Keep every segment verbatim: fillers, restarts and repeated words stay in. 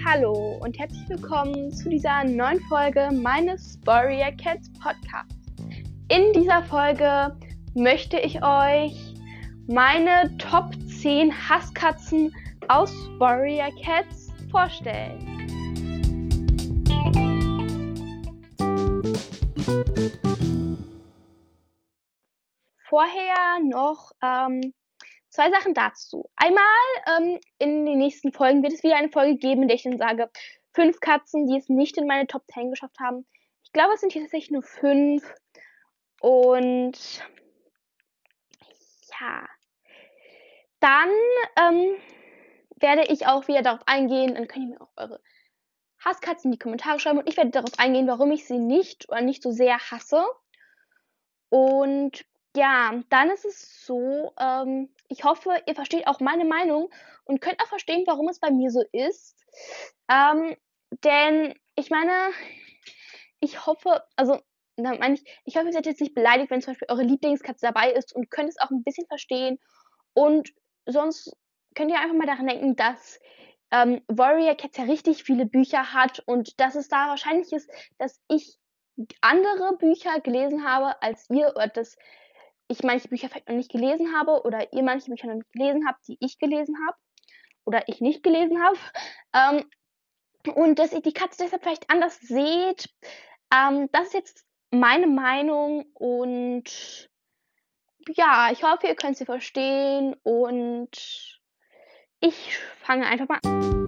Hallo und herzlich willkommen zu dieser neuen Folge meines Warrior Cats Podcasts. In dieser Folge möchte ich euch meine Top zehn Hasskatzen aus Warrior Cats vorstellen. Vorher noch ähm, zwei Sachen dazu. Einmal ähm, in den nächsten Folgen wird es wieder eine Folge geben, in der ich dann sage, fünf Katzen, die es nicht in meine Top zehn geschafft haben. Ich glaube, es sind hier tatsächlich nur fünf. Und ja, dann ähm, werde ich auch wieder darauf eingehen, dann könnt ihr mir auch eure Hasskatzen in die Kommentare schreiben und ich werde darauf eingehen, warum ich sie nicht oder nicht so sehr hasse. Und ja, dann ist es so, ähm, ich hoffe, ihr versteht auch meine Meinung und könnt auch verstehen, warum es bei mir so ist. Ähm, denn ich meine, ich hoffe, also, da meine ich, ich hoffe, ihr seid jetzt nicht beleidigt, wenn zum Beispiel eure Lieblingskatze dabei ist und könnt es auch ein bisschen verstehen. Und sonst könnt ihr einfach mal daran denken, dass ähm, Warrior Cats ja richtig viele Bücher hat und dass es da wahrscheinlich ist, dass ich andere Bücher gelesen habe als ihr oder dass ich manche Bücher vielleicht noch nicht gelesen habe oder ihr manche Bücher noch nicht gelesen habt, die ich gelesen habe oder ich nicht gelesen habe. Ähm, und dass ihr die Katze deshalb vielleicht anders seht. Ähm, das ist jetzt meine Meinung und ja, ich hoffe, ihr könnt sie verstehen und ich fange einfach mal an.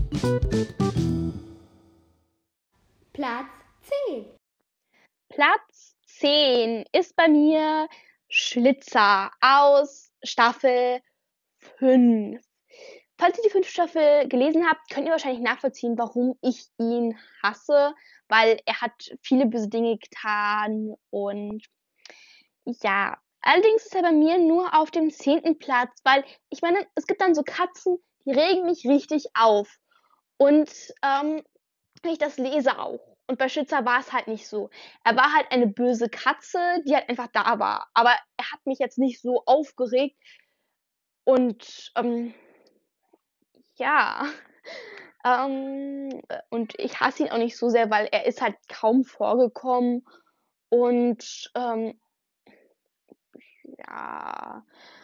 Platz zehn. Platz zehn ist bei mir Schlitzer aus Staffel fünf. Falls ihr die fünfte Staffel gelesen habt, könnt ihr wahrscheinlich nachvollziehen, warum ich ihn hasse, weil er hat viele böse Dinge getan und ja. Allerdings ist er bei mir nur auf dem zehnten Platz, weil ich meine, es gibt dann so Katzen, die regen mich richtig auf. Und ähm, ich das lese auch. Und bei Schlitzer war es halt nicht so. Er war halt eine böse Katze, die halt einfach da war. Aber er hat mich jetzt nicht so aufgeregt. Und ähm, ja. Ähm, und ich hasse ihn auch nicht so sehr, weil er ist halt kaum vorgekommen. Und ähm, ja.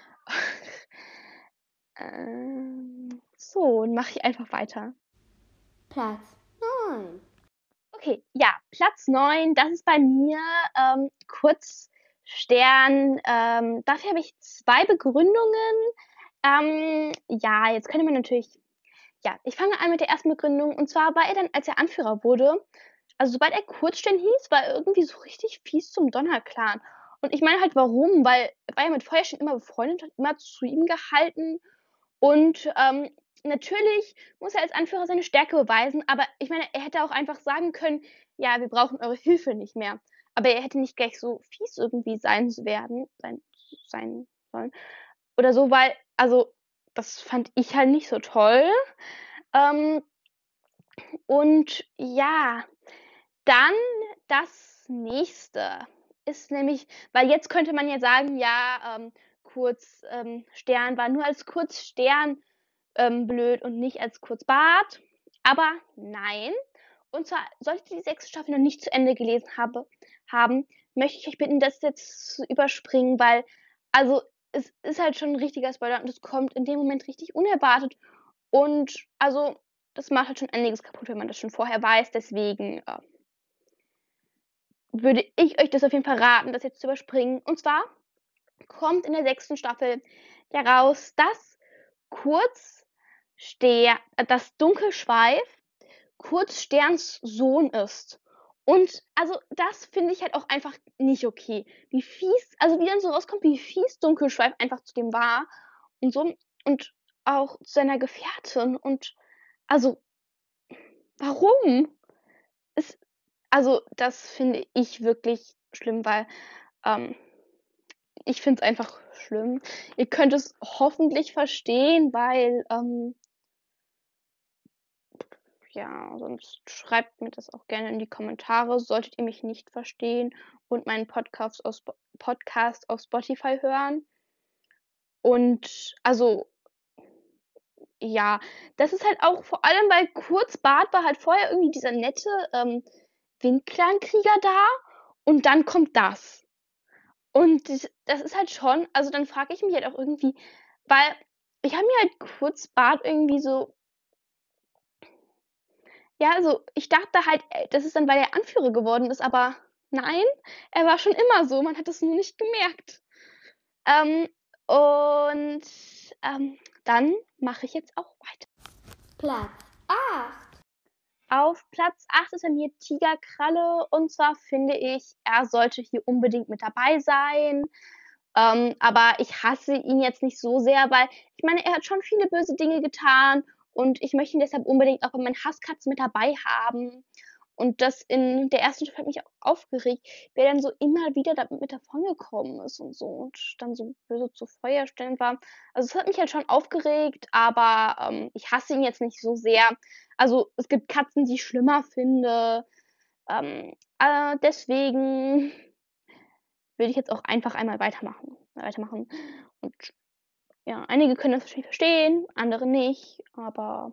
ähm, so, dann mache ich einfach weiter. Platz neun. Okay, ja, Platz neun, das ist bei mir ähm, Kurzstern. Ähm, dafür habe ich zwei Begründungen. Ähm, ja, jetzt könnte man natürlich, ja, ich fange an mit der ersten Begründung. Und zwar war er dann, als er Anführer wurde, also sobald er Kurzstern hieß, war er irgendwie so richtig fies zum Donnerclan. Und ich meine halt, warum? Weil er war ja mit Feuerstein immer befreundet, hat immer zu ihm gehalten. Und ähm, natürlich muss er als Anführer seine Stärke beweisen, aber ich meine, er hätte auch einfach sagen können, ja, wir brauchen eure Hilfe nicht mehr. Aber er hätte nicht gleich so fies irgendwie sein werden, sein, sein sollen. Oder so, weil, also, das fand ich halt nicht so toll. Ähm, und ja, dann das nächste ist nämlich, weil jetzt könnte man ja sagen, ja, ähm, kurz ähm, Stern war nur als Kurzstern ähm, blöd und nicht als Kurzbart. Aber nein. Und zwar, solltet ihr die sechste Staffel noch nicht zu Ende gelesen habe, haben, möchte ich euch bitten, das jetzt zu überspringen, weil, also, es ist halt schon ein richtiger Spoiler und es kommt in dem Moment richtig unerwartet. Und, also, das macht halt schon einiges kaputt, wenn man das schon vorher weiß. Deswegen äh, würde ich euch das auf jeden Fall raten, das jetzt zu überspringen. Und zwar kommt in der sechsten Staffel heraus, dass Kurz Ster das Dunkelschweif Kurzsterns Sohn ist. Und also das finde ich halt auch einfach nicht okay. Wie fies, also wie dann so rauskommt, wie fies Dunkelschweif einfach zu dem war und so und auch zu seiner Gefährtin und also warum? Es, also das finde ich wirklich schlimm, weil ähm, ich finde es einfach schlimm. Ihr könnt es hoffentlich verstehen, weil ähm, ja, sonst schreibt mir das auch gerne in die Kommentare, solltet ihr mich nicht verstehen und meinen Podcast auf, Podcast auf Spotify hören. Und also, ja, das ist halt auch vor allem, weil Kurzbart war halt vorher irgendwie dieser nette ähm, Windclan-Krieger da und dann kommt das. Und das, das ist halt schon, also dann frage ich mich halt auch irgendwie, weil ich habe mir halt Kurzbart irgendwie so, ja, also ich dachte halt, äh, das ist dann, weil er Anführer geworden ist, aber nein, er war schon immer so, man hat es nur nicht gemerkt. Ähm, und ähm, dann mache ich jetzt auch weiter. Platz acht. Auf Platz acht ist bei mir Tigerkralle und zwar finde ich, er sollte hier unbedingt mit dabei sein. Ähm, aber ich hasse ihn jetzt nicht so sehr, weil ich meine, er hat schon viele böse Dinge getan und ich möchte ihn deshalb unbedingt auch in meinen Hasskatzen mit dabei haben. Und das in der ersten Staffel hat mich auch aufgeregt, wer dann so immer wieder damit mit davongekommen ist und so und dann so böse zu Feuerstellen war. Also es hat mich halt schon aufgeregt, aber ähm, ich hasse ihn jetzt nicht so sehr. Also es gibt Katzen, die ich schlimmer finde. Ähm, äh, deswegen würde ich jetzt auch einfach einmal weitermachen. Weitermachen. Und ja, einige können das wahrscheinlich verstehen, andere nicht, aber.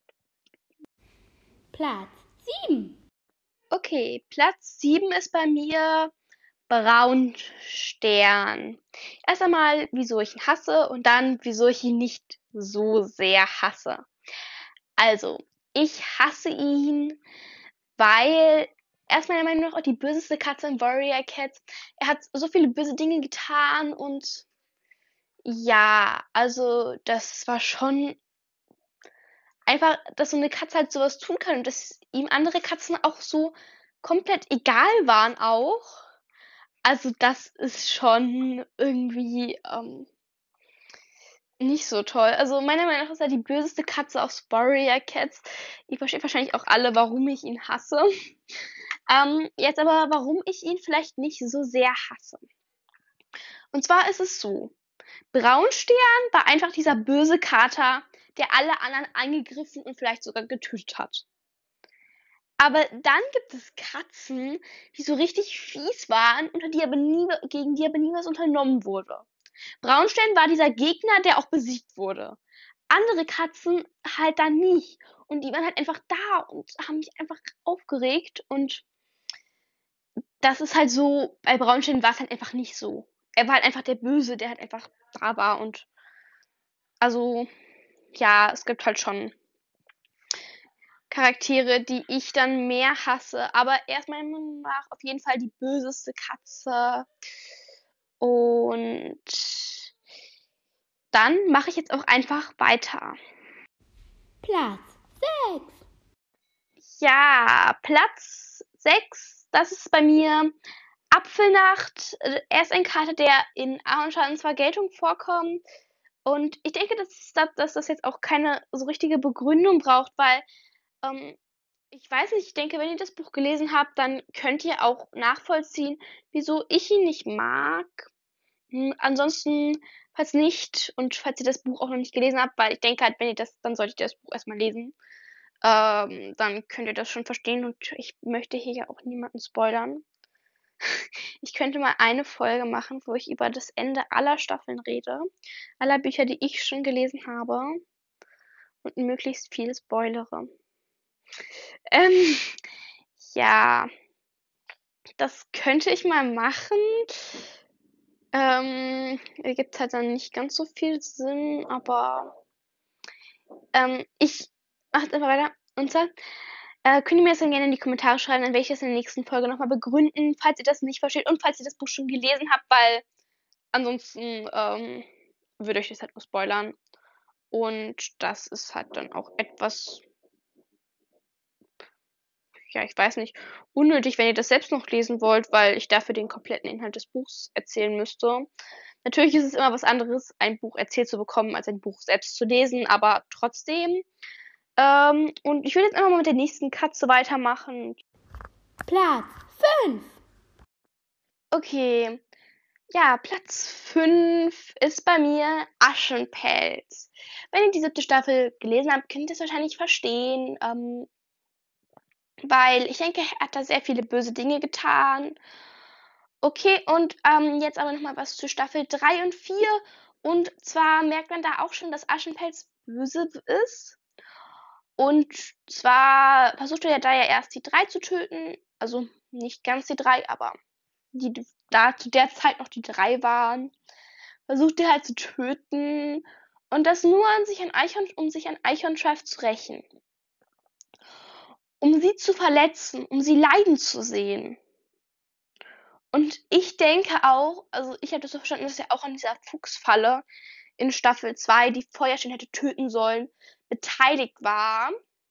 Platz sieben. Okay, Platz sieben ist bei mir Braunstern. Erst einmal, wieso ich ihn hasse und dann, wieso ich ihn nicht so sehr hasse. Also, ich hasse ihn, weil er ist meiner Meinung nach auch die böseste Katze in Warrior Cats. Er hat so viele böse Dinge getan und ja, also das war schon einfach, dass so eine Katze halt sowas tun kann und dass ihm andere Katzen auch so komplett egal waren auch. Also das ist schon irgendwie ähm, nicht so toll. Also meiner Meinung nach ist er die böseste Katze aus Warrior Cats. Ihr versteht wahrscheinlich auch alle, warum ich ihn hasse. Ähm, jetzt aber, warum ich ihn vielleicht nicht so sehr hasse. Und zwar ist es so. Braunstern war einfach dieser böse Kater, der alle anderen angegriffen und vielleicht sogar getötet hat. Aber dann gibt es Katzen, die so richtig fies waren, unter die aber nie, gegen die aber nie was unternommen wurde. Braunstern war dieser Gegner, der auch besiegt wurde. Andere Katzen halt dann nicht. Und die waren halt einfach da und haben mich einfach aufgeregt. Und das ist halt so, bei Braunstern war es halt einfach nicht so. Er war halt einfach der Böse, der halt einfach da war. Und also, ja, es gibt halt schon Charaktere, die ich dann mehr hasse. Aber er ist meiner Meinung nach auf jeden Fall die böseste Katze. Und dann mache ich jetzt auch einfach weiter. Platz sechs. Ja, Platz sechs, das ist bei mir Apfelnacht. Er ist ein Kater, der in Ahornschadens Vergeltung vorkommt. Und ich denke, dass, dass das jetzt auch keine so richtige Begründung braucht, weil ähm, ich weiß nicht, ich denke, wenn ihr das Buch gelesen habt, dann könnt ihr auch nachvollziehen, wieso ich ihn nicht mag. Hm, ansonsten, falls nicht und falls ihr das Buch auch noch nicht gelesen habt, weil ich denke halt, wenn ihr das, dann solltet ihr das Buch erstmal lesen. Ähm, dann könnt ihr das schon verstehen und ich möchte hier ja auch niemanden spoilern. Ich könnte mal eine Folge machen, wo ich über das Ende aller Staffeln rede, aller Bücher, die ich schon gelesen habe und möglichst viel spoilere. Ähm, ja, das könnte ich mal machen. Ähm, ergibt halt dann nicht ganz so viel Sinn, aber ähm, ich mache jetzt einfach weiter. Und zwar äh, könnt ihr mir das dann gerne in die Kommentare schreiben, dann werde ich das in der nächsten Folge nochmal begründen, falls ihr das nicht versteht und falls ihr das Buch schon gelesen habt, weil ansonsten ähm, würde ich das halt nur spoilern. Und das ist halt dann auch etwas, ja, ich weiß nicht, unnötig, wenn ihr das selbst noch lesen wollt, weil ich dafür den kompletten Inhalt des Buchs erzählen müsste. Natürlich ist es immer was anderes, ein Buch erzählt zu bekommen, als ein Buch selbst zu lesen, aber trotzdem. Ähm, und ich würde jetzt einfach mal mit der nächsten Katze weitermachen. Platz fünf. Okay. Ja, Platz fünf ist bei mir Aschenpelz. Wenn ihr die siebte Staffel gelesen habt, könnt ihr das wahrscheinlich verstehen, ähm, weil ich denke, er hat da sehr viele böse Dinge getan. Okay, und ähm, jetzt aber nochmal was zu Staffel drei und vier. Und zwar merkt man da auch schon, dass Aschenpelz böse ist. Und zwar versucht er ja da ja erst die drei zu töten. Also nicht ganz die drei, aber die da zu der Zeit noch die drei waren. Versucht er halt zu töten. Und das nur an sich an Eichhorn, um sich an Eichhornschweif zu rächen. Um sie zu verletzen, um sie leiden zu sehen. Und ich denke auch, also ich habe das so verstanden, dass er auch an dieser Fuchsfalle in Staffel zwei, die Feuerstein hätte töten sollen, beteiligt war.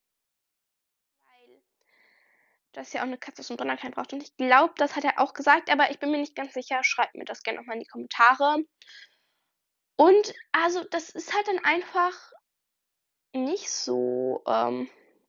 Weil das ja auch eine Katze zum Donnerkeil braucht. Und ich glaube, das hat er auch gesagt, aber ich bin mir nicht ganz sicher. Schreibt mir das gerne nochmal in die Kommentare. Und also, das ist halt dann einfach nicht so ähm,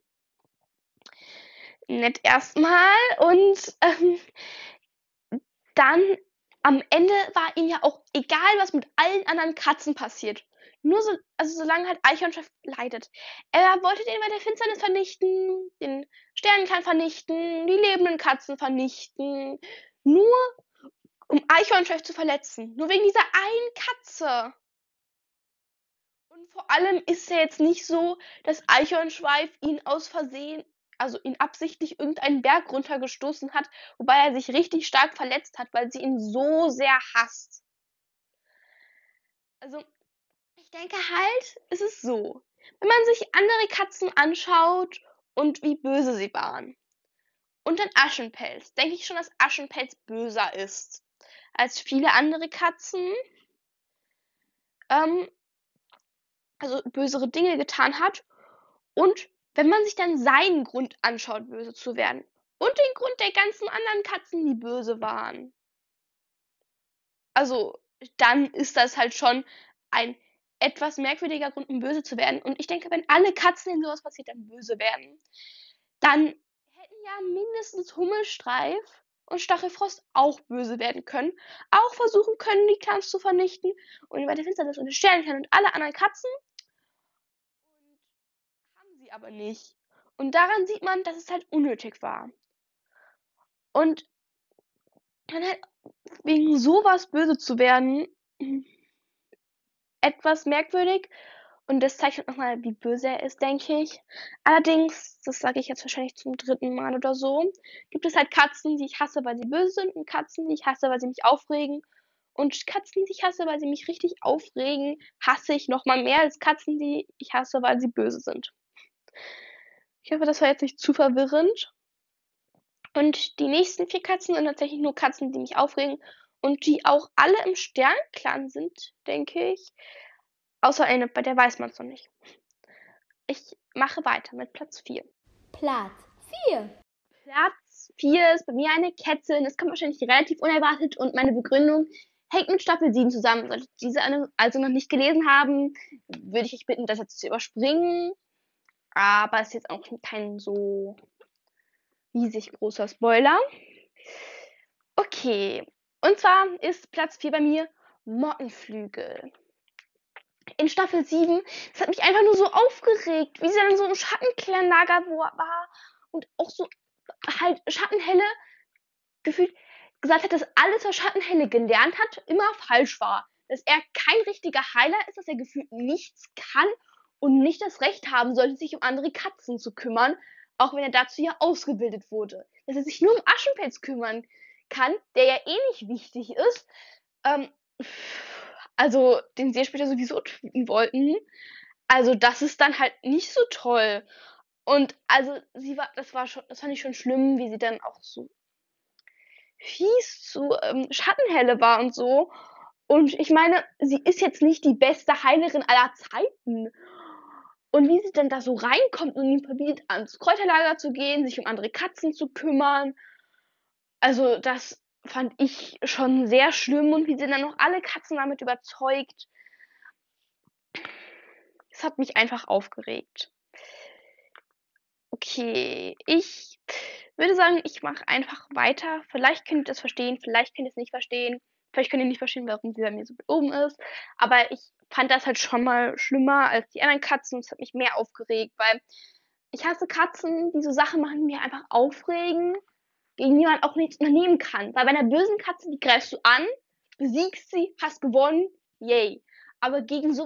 nett erstmal. Und ähm, dann am Ende war ihm ja auch egal, was mit allen anderen Katzen passiert. Nur so, also solange halt Eichhornchef leidet. Er wollte den bei der Finsternis vernichten, den Sternenkern vernichten, die lebenden Katzen vernichten. Nur um Eichhornchef zu verletzen. Nur wegen dieser einen Katze. Und vor allem ist ja jetzt nicht so, dass Eichhornschweif ihn aus Versehen, also ihn absichtlich irgendeinen Berg runtergestoßen hat, wobei er sich richtig stark verletzt hat, weil sie ihn so sehr hasst. Also, ich denke halt, es ist so. Wenn man sich andere Katzen anschaut und wie böse sie waren. Und dann Aschenpelz, denke ich schon, dass Aschenpelz böser ist als viele andere Katzen. Ähm, also bösere Dinge getan hat. Und wenn man sich dann seinen Grund anschaut, böse zu werden. Und den Grund der ganzen anderen Katzen, die böse waren. Also, dann ist das halt schon ein etwas merkwürdiger Grund, um böse zu werden. Und ich denke, wenn alle Katzen, denen sowas passiert, dann böse werden, dann hätten ja mindestens Hummelstreif und Stachelfrost auch böse werden können. Auch versuchen können, die Clans zu vernichten. Und bei der Finsternis und den Sternenkern und alle anderen Katzen. Und haben sie aber nicht. Und daran sieht man, dass es halt unnötig war. Und dann halt wegen sowas böse zu werden, etwas merkwürdig. Und das zeigt nochmal, wie böse er ist, denke ich. Allerdings, das sage ich jetzt wahrscheinlich zum dritten Mal oder so, gibt es halt Katzen, die ich hasse, weil sie böse sind, und Katzen, die ich hasse, weil sie mich aufregen. Und Katzen, die ich hasse, weil sie mich richtig aufregen, hasse ich nochmal mehr als Katzen, die ich hasse, weil sie böse sind. Ich hoffe, das war jetzt nicht zu verwirrend. Und die nächsten vier Katzen sind tatsächlich nur Katzen, die mich aufregen und die auch alle im Sternclan sind, denke ich. Außer eine, bei der weiß man es noch nicht. Ich mache weiter mit Platz vier. Platz vier. Platz vier ist bei mir eine Kätzin. Das kommt wahrscheinlich relativ unerwartet und meine Begründung hängt mit Staffel sieben zusammen. Solltet ihr diese also noch nicht gelesen haben, würde ich euch bitten, das jetzt zu überspringen. Aber es ist jetzt auch kein so riesig großer Spoiler. Okay, und zwar ist Platz vier bei mir Mottenflügel. In Staffel sieben, das hat mich einfach nur so aufgeregt, wie sie dann so im Schattenkläranlager war und auch so halt Schattenhelle gefühlt gesagt hat, dass alles, was Schattenhelle gelernt hat, immer falsch war. Dass er kein richtiger Heiler ist, dass er gefühlt nichts kann und nicht das Recht haben sollte, sich um andere Katzen zu kümmern, auch wenn er dazu ja ausgebildet wurde. Dass er sich nur um Aschenpelz kümmern kann, der ja eh nicht wichtig ist. Ähm, also, den sie später sowieso töten wollten. Also, das ist dann halt nicht so toll. Und also, sie war, das war schon, das fand ich schon schlimm, wie sie dann auch so fies zu ähm, Schattenhelle war und so. Und ich meine, sie ist jetzt nicht die beste Heilerin aller Zeiten. Und wie sie dann da so reinkommt und ihm verbietet, ans Kräuterlager zu gehen, sich um andere Katzen zu kümmern. Also, das fand ich schon sehr schlimm. Und wie sie dann noch alle Katzen damit überzeugt. Es hat mich einfach aufgeregt. Okay, ich würde sagen, ich mache einfach weiter. Vielleicht könnt ihr das verstehen, vielleicht könnt ihr es nicht verstehen. Vielleicht könnt ihr nicht verstehen, warum sie bei mir so oben ist. Aber ich fand das halt schon mal schlimmer als die anderen Katzen. Es hat mich mehr aufgeregt, weil ich hasse Katzen, die so Sachen machen, die mir einfach aufregen, gegen die man auch nichts unternehmen kann. Weil bei einer bösen Katze, die greifst du an, besiegst sie, hast gewonnen, yay. Aber gegen sowas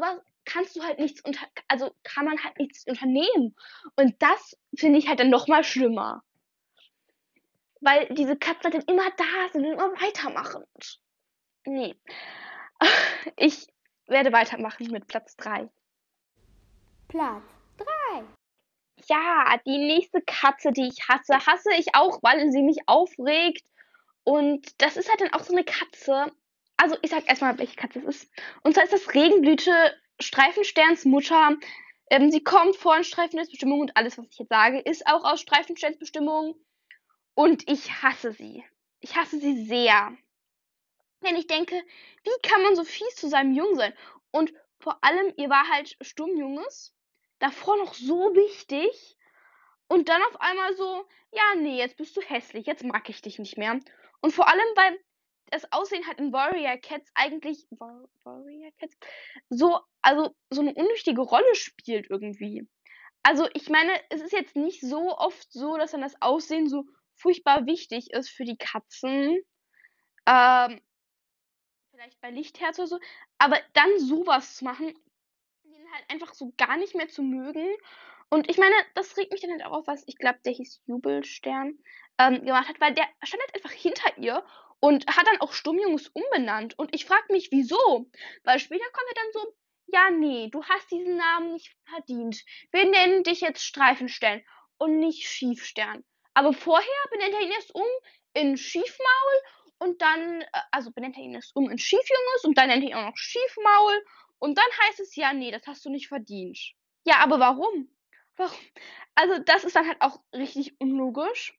kannst du halt nichts unter, also kann man halt nichts unternehmen. Und das finde ich halt dann noch mal schlimmer. Weil diese Katzen halt dann immer da sind und immer weitermachen. Nee. Ich werde weitermachen mit Platz drei. Platz drei. Ja, die nächste Katze, die ich hasse, hasse ich auch, weil sie mich aufregt. Und das ist halt dann auch so eine Katze. Also ich sag erstmal, welche Katze es ist. Und zwar ist das Regenblüte Streifensterns Mutter. Ähm, sie kommt vor in Streifensternsbestimmung und alles, was ich jetzt sage, ist auch aus Streifensternsbestimmung. Und ich hasse sie. Ich hasse sie sehr. Denn ich denke, wie kann man so fies zu seinem Jungen sein? Und vor allem, ihr war halt Sturmjunges. Davor noch so wichtig. Und dann auf einmal so, ja, nee, jetzt bist du hässlich, jetzt mag ich dich nicht mehr. Und vor allem, weil das Aussehen halt in Warrior Cats eigentlich, War Warrior Cats, so, also so eine unnötige Rolle spielt irgendwie. Also ich meine, es ist jetzt nicht so oft so, dass dann das Aussehen so furchtbar wichtig ist für die Katzen. Ähm, vielleicht bei Lichtherz oder so. Aber dann sowas zu machen, den halt einfach so gar nicht mehr zu mögen. Und ich meine, das regt mich dann halt auch auf, was ich glaube, der hieß Jubelstern, ähm, gemacht hat, weil der stand halt einfach hinter ihr und hat dann auch Sturmjungs umbenannt. Und ich frage mich, wieso? Weil später kommt er dann so, ja, nee, du hast diesen Namen nicht verdient. Wir nennen dich jetzt Streifenstern und nicht Schiefstern. Aber vorher benennt er ihn erst um in Schiefmaul und dann, äh, also benennt er ihn erst um in Schiefjunges und dann nennt er ihn auch noch Schiefmaul und dann heißt es, ja, nee, das hast du nicht verdient. Ja, aber warum? Warum? Also, das ist dann halt auch richtig unlogisch.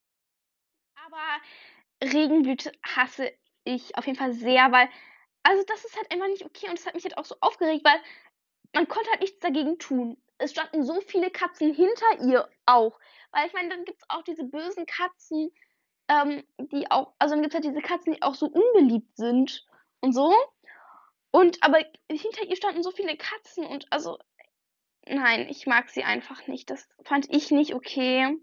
Aber Regenblüte hasse ich auf jeden Fall sehr, weil, also, das ist halt einfach nicht okay und das hat mich halt auch so aufgeregt, weil man konnte halt nichts dagegen tun. Es standen so viele Katzen hinter ihr auch. Weil ich meine, dann gibt es auch diese bösen Katzen, ähm, die auch, also dann gibt es halt diese Katzen, die auch so unbeliebt sind und so. Und aber hinter ihr standen so viele Katzen und also, nein, ich mag sie einfach nicht. Das fand ich nicht okay.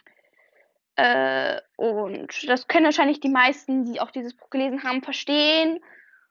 Äh, und das können wahrscheinlich die meisten, die auch dieses Buch gelesen haben, verstehen.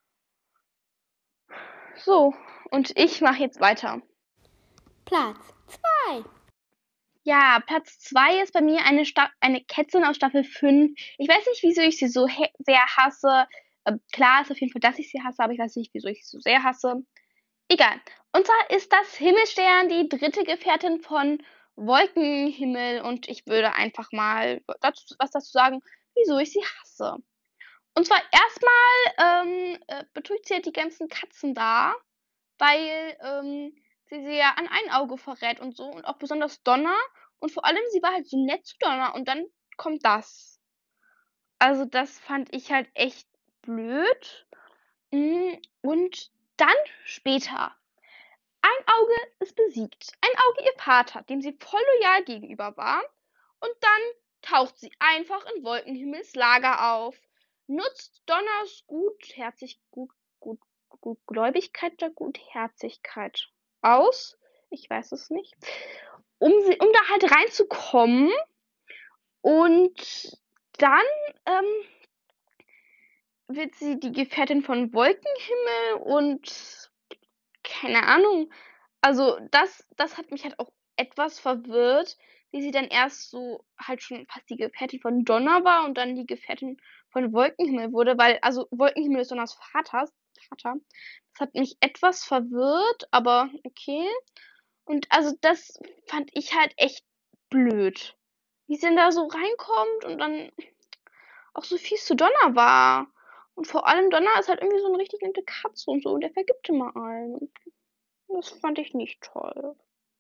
So, und ich mache jetzt weiter. Platz zwei. Ja, Platz zwei ist bei mir eine, Sta eine Kätzin aus Staffel fünf. Ich weiß nicht, wieso ich sie so sehr hasse. Äh, klar ist auf jeden Fall, dass ich sie hasse, aber ich weiß nicht, wieso ich sie so sehr hasse. Egal. Und zwar ist das Himmelstern die dritte Gefährtin von Wolkenhimmel und ich würde einfach mal dazu, was dazu sagen, wieso ich sie hasse. Und zwar erstmal ähm, äh, betrügt sie halt die ganzen Katzen da, weil ähm, sie sie ja an ein Auge verrät und so und auch besonders Donna und vor allem sie war halt so nett zu Donna und dann kommt das. Also das fand ich halt echt blöd. Mm, Und dann später. Ein Auge ist besiegt. Ein Auge ihr Vater, dem sie voll loyal gegenüber war. Und dann taucht sie einfach in Wolkenhimmels Lager auf, nutzt Donners Gutherzig, gut, gut, Gutgläubigkeit oder Gutherzigkeit aus. Ich weiß es nicht. Um, sie, um da halt reinzukommen. Und dann ähm, wird sie die Gefährtin von Wolkenhimmel und keine Ahnung. Also das, das hat mich halt auch etwas verwirrt, wie sie dann erst so halt schon fast die Gefährtin von Donna war und dann die Gefährtin von Wolkenhimmel wurde, weil, also Wolkenhimmel ist Donnas Vaters, Vater. Das hat mich etwas verwirrt, aber okay. Und also das fand ich halt echt blöd. Wie sie denn da so reinkommt und dann auch so fies zu Donna war. Und vor allem Donna ist halt irgendwie so eine richtig nette Katze und so. Und der vergibt immer allen. Und das fand ich nicht toll.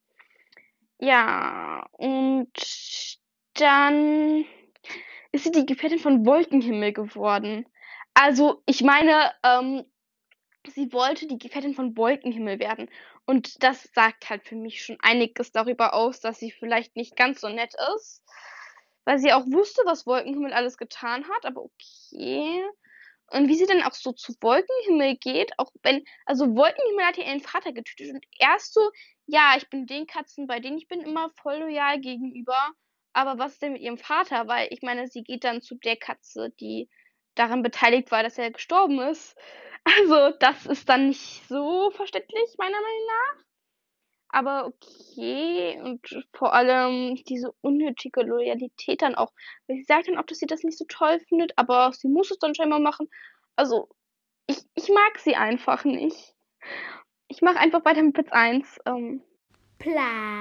Ja, und dann ist sie die Gefährtin von Wolkenhimmel geworden. Also, ich meine, ähm, sie wollte die Gefährtin von Wolkenhimmel werden. Und das sagt halt für mich schon einiges darüber aus, dass sie vielleicht nicht ganz so nett ist. Weil sie auch wusste, was Wolkenhimmel alles getan hat, aber okay. Und wie sie dann auch so zu Wolkenhimmel geht, auch wenn, also Wolkenhimmel hat ja ihren Vater getötet und erst so, ja, ich bin den Katzen, bei denen ich bin immer voll loyal gegenüber, aber was ist denn mit ihrem Vater? Weil ich meine, sie geht dann zu der Katze, die daran beteiligt war, dass er gestorben ist. Also, das ist dann nicht so verständlich, meiner Meinung nach. Aber okay, und vor allem diese unnötige Loyalität dann auch. Weil sie sagt dann auch, dass sie das nicht so toll findet, aber sie muss es dann scheinbar machen. Also, ich, ich mag sie einfach nicht. Ich mache einfach weiter mit Platz eins. Ähm, Platz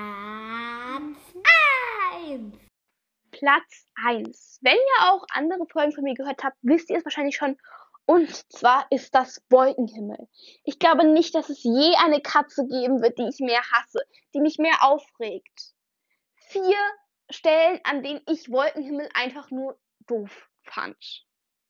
eins. Platz eins. Wenn ihr auch andere Folgen von mir gehört habt, wisst ihr es wahrscheinlich schon. Und zwar ist das Wolkenhimmel. Ich glaube nicht, dass es je eine Katze geben wird, die ich mehr hasse, die mich mehr aufregt. Vier Stellen, an denen ich Wolkenhimmel einfach nur doof fand.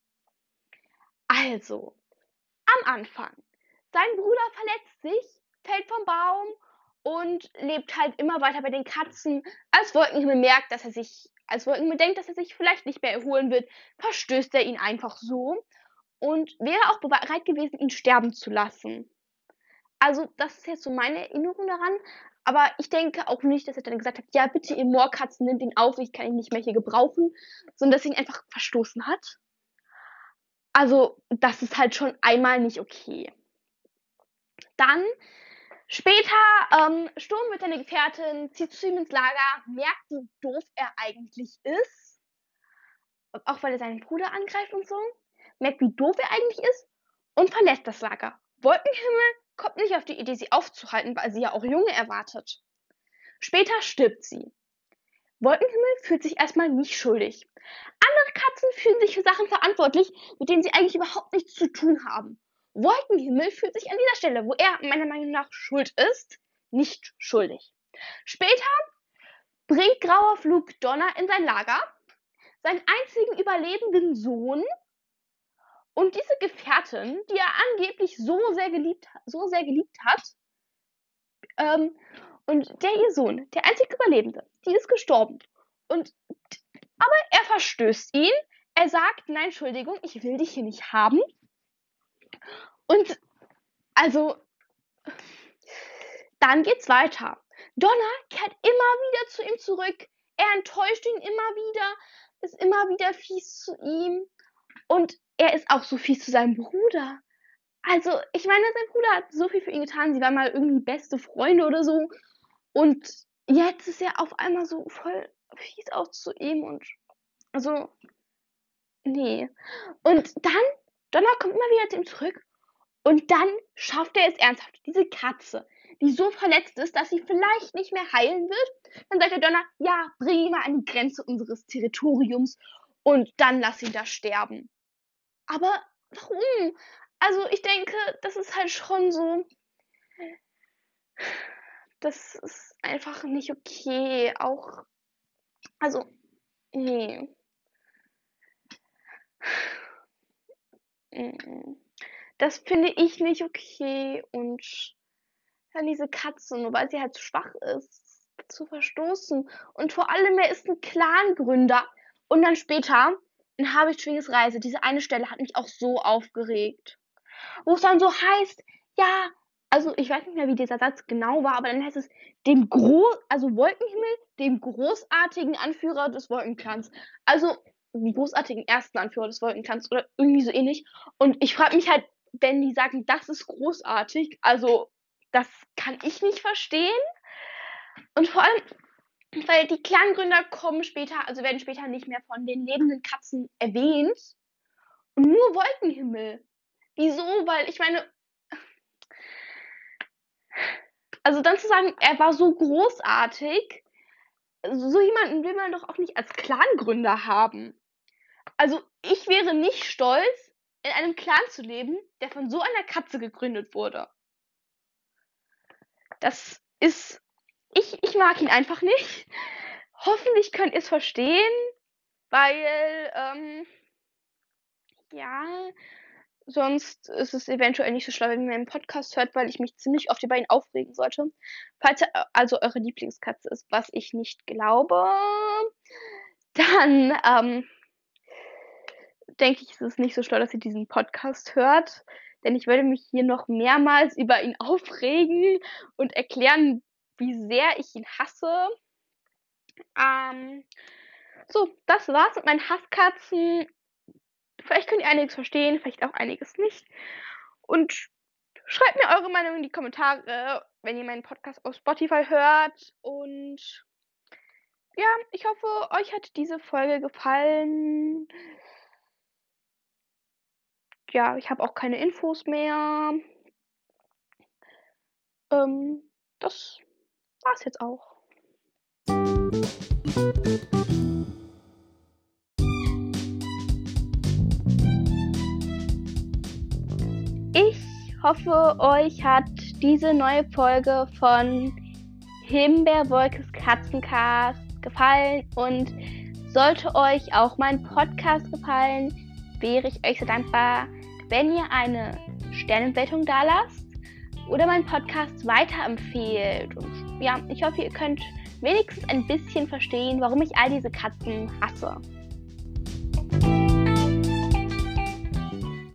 Also, am Anfang. Sein Bruder verletzt sich, fällt vom Baum und lebt halt immer weiter bei den Katzen. Als Wolkenhimmel merkt, dass er sich, als Wolkenhimmel denkt, dass er sich vielleicht nicht mehr erholen wird, verstößt er ihn einfach so und wäre auch bereit gewesen, ihn sterben zu lassen. Also, das ist jetzt so meine Erinnerung daran. Aber ich denke auch nicht, dass er dann gesagt hat, ja, bitte, ihr Moorkatzen, nimmt ihn auf, ich kann ihn nicht mehr hier gebrauchen, sondern dass er ihn einfach verstoßen hat. Also, das ist halt schon einmal nicht okay. Dann später, ähm, Sturm wird seine Gefährtin, zieht zu ihm ins Lager, merkt, wie doof er eigentlich ist. Auch weil er seinen Bruder angreift und so. Merkt, wie doof er eigentlich ist und verlässt das Lager. Wolkenhimmel kommt nicht auf die Idee, sie aufzuhalten, weil sie ja auch Junge erwartet. Später stirbt sie. Wolkenhimmel fühlt sich erstmal nicht schuldig. Andere Katzen fühlen sich für Sachen verantwortlich, mit denen sie eigentlich überhaupt nichts zu tun haben. Wolkenhimmel fühlt sich an dieser Stelle, wo er meiner Meinung nach schuld ist, nicht schuldig. Später bringt Grauer Flug Donner in sein Lager, seinen einzigen überlebenden Sohn und diese Gefährtin, die er angeblich so sehr geliebt, so sehr geliebt hat, ähm, und der ihr Sohn, der einzige Überlebende, die ist gestorben. Und, aber er verstößt ihn. Er sagt, nein, Entschuldigung, ich will dich hier nicht haben. Und also, dann geht's weiter. Donner kehrt immer wieder zu ihm zurück. Er enttäuscht ihn immer wieder, ist immer wieder fies zu ihm. Und er ist auch so fies zu seinem Bruder. Also, ich meine, sein Bruder hat so viel für ihn getan. Sie waren mal irgendwie beste Freunde oder so. Und jetzt ist er auf einmal so voll fies auch zu ihm. Und also, nee. Und dann, Donner kommt immer wieder zu ihm zurück. Und dann schafft er es ernsthaft. Diese Katze, die so verletzt ist, dass sie vielleicht nicht mehr heilen wird. Dann sagt der Donner, ja, bring ihn mal an die Grenze unseres Territoriums und dann lass ihn da sterben. Aber warum? Also ich denke, das ist halt schon so, das ist einfach nicht okay. Auch, also, nee. Das finde ich nicht okay. Und dann diese Katze, nur weil sie halt zu schwach ist, zu verstoßen. Und vor allem, er ist ein Clangründer. Und dann später in Habichtschwinges Reise, diese eine Stelle hat mich auch so aufgeregt. Wo es dann so heißt, ja, also ich weiß nicht mehr, wie dieser Satz genau war, aber dann heißt es, dem Groß, also Wolkenhimmel, dem großartigen Anführer des Wolkenclans. Also die großartigen ersten Anführer des Wolkenclans oder irgendwie so ähnlich. Und ich frage mich halt, wenn die sagen, das ist großartig, also das kann ich nicht verstehen. Und vor allem, weil die Clangründer kommen später, also werden später nicht mehr von den lebenden Katzen erwähnt. Und nur Wolkenhimmel. Wieso? Weil ich meine, also dann zu sagen, er war so großartig, so jemanden will man doch auch nicht als Clangründer haben. Also ich wäre nicht stolz, in einem Clan zu leben, der von so einer Katze gegründet wurde. Das ist, ich, ich mag ihn einfach nicht. Hoffentlich könnt ihr es verstehen, weil, ähm, ja, sonst ist es eventuell nicht so schlau, wenn ihr meinen Podcast hört, weil ich mich ziemlich oft über ihn aufregen sollte. Falls er also eure Lieblingskatze ist, was ich nicht glaube, dann ähm, denke ich, ist es nicht so schlau, dass ihr diesen Podcast hört. Denn ich würde mich hier noch mehrmals über ihn aufregen und erklären, wie sehr ich ihn hasse. Ähm, so, das war's mit meinen Hasskatzen. Vielleicht könnt ihr einiges verstehen, vielleicht auch einiges nicht. Und schreibt mir eure Meinung in die Kommentare, wenn ihr meinen Podcast auf Spotify hört. Und ja, ich hoffe, euch hat diese Folge gefallen. Ja, ich habe auch keine Infos mehr. Ähm, das war's jetzt auch. Ich hoffe, euch hat diese neue Folge von Himbeerwolkes Katzencast gefallen und sollte euch auch mein Podcast gefallen, wäre ich euch sehr dankbar, wenn ihr eine Sternenbewertung dalasst oder meinen Podcast weiterempfehlt. Und ja, ich hoffe, ihr könnt wenigstens ein bisschen verstehen, warum ich all diese Katzen hasse.